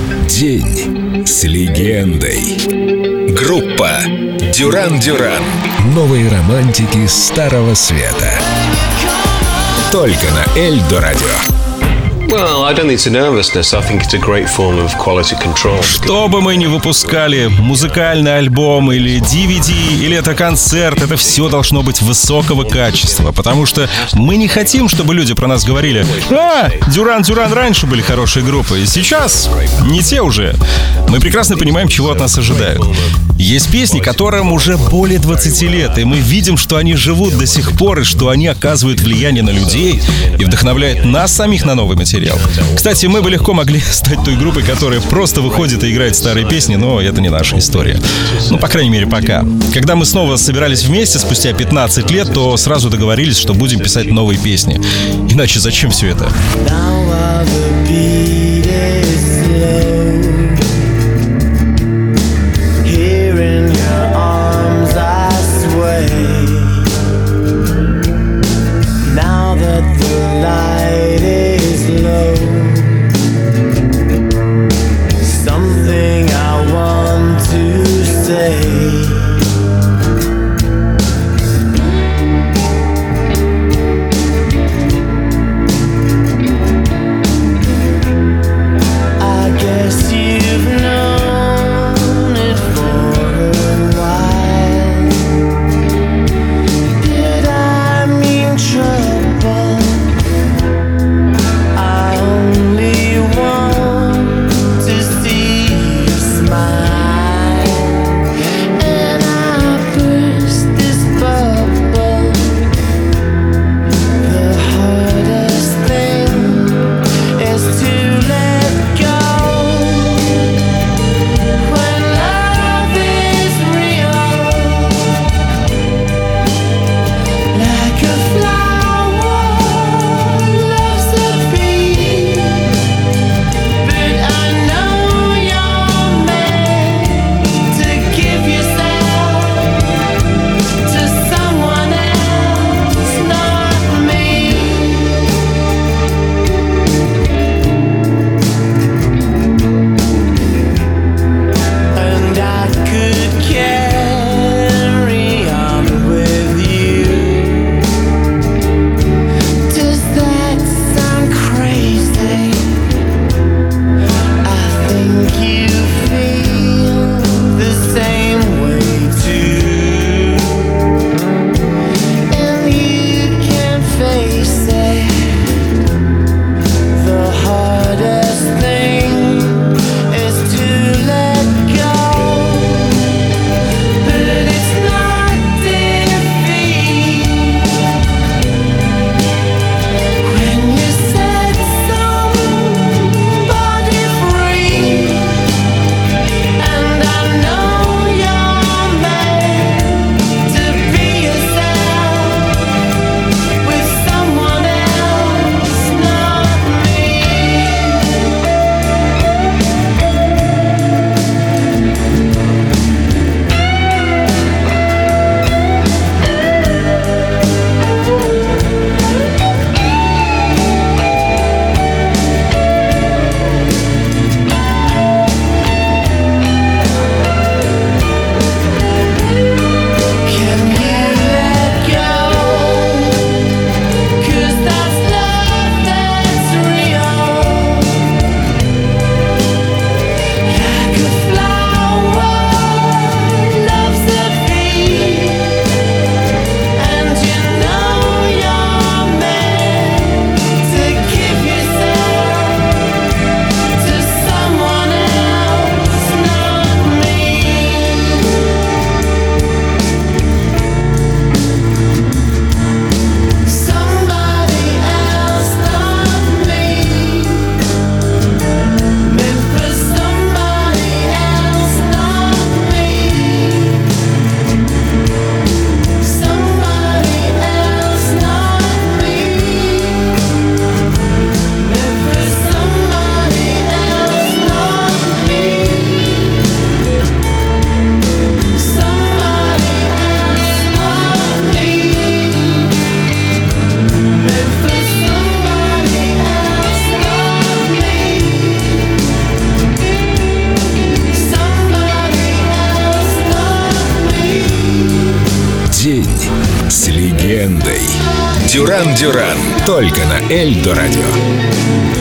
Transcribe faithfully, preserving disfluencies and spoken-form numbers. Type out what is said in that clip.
День с легендой. Группа Дюран Дюран. Новые романтики Старого Света. Только на Эльдо Радио. Что бы мы ни выпускали, музыкальный альбом или ди ви ди, или это концерт, это все должно быть высокого качества, потому что мы не хотим, чтобы люди про нас говорили: «А, Дюран Дюран раньше были хорошие группы, и сейчас не те уже». Мы прекрасно понимаем, чего от нас ожидают. Есть песни, которым уже более двадцати лет, и мы видим, что они живут до сих пор, и что они оказывают влияние на людей и вдохновляют нас самих на новый материал. Кстати, мы бы легко могли стать той группой, которая просто выходит и играет старые песни, но это не наша история. Ну, по крайней мере, пока. Когда мы снова собирались вместе спустя пятнадцать лет, то сразу договорились, что будем писать новые песни. Иначе зачем все это? День с легендой. Дюран Дюран. Только на Эльдо радио.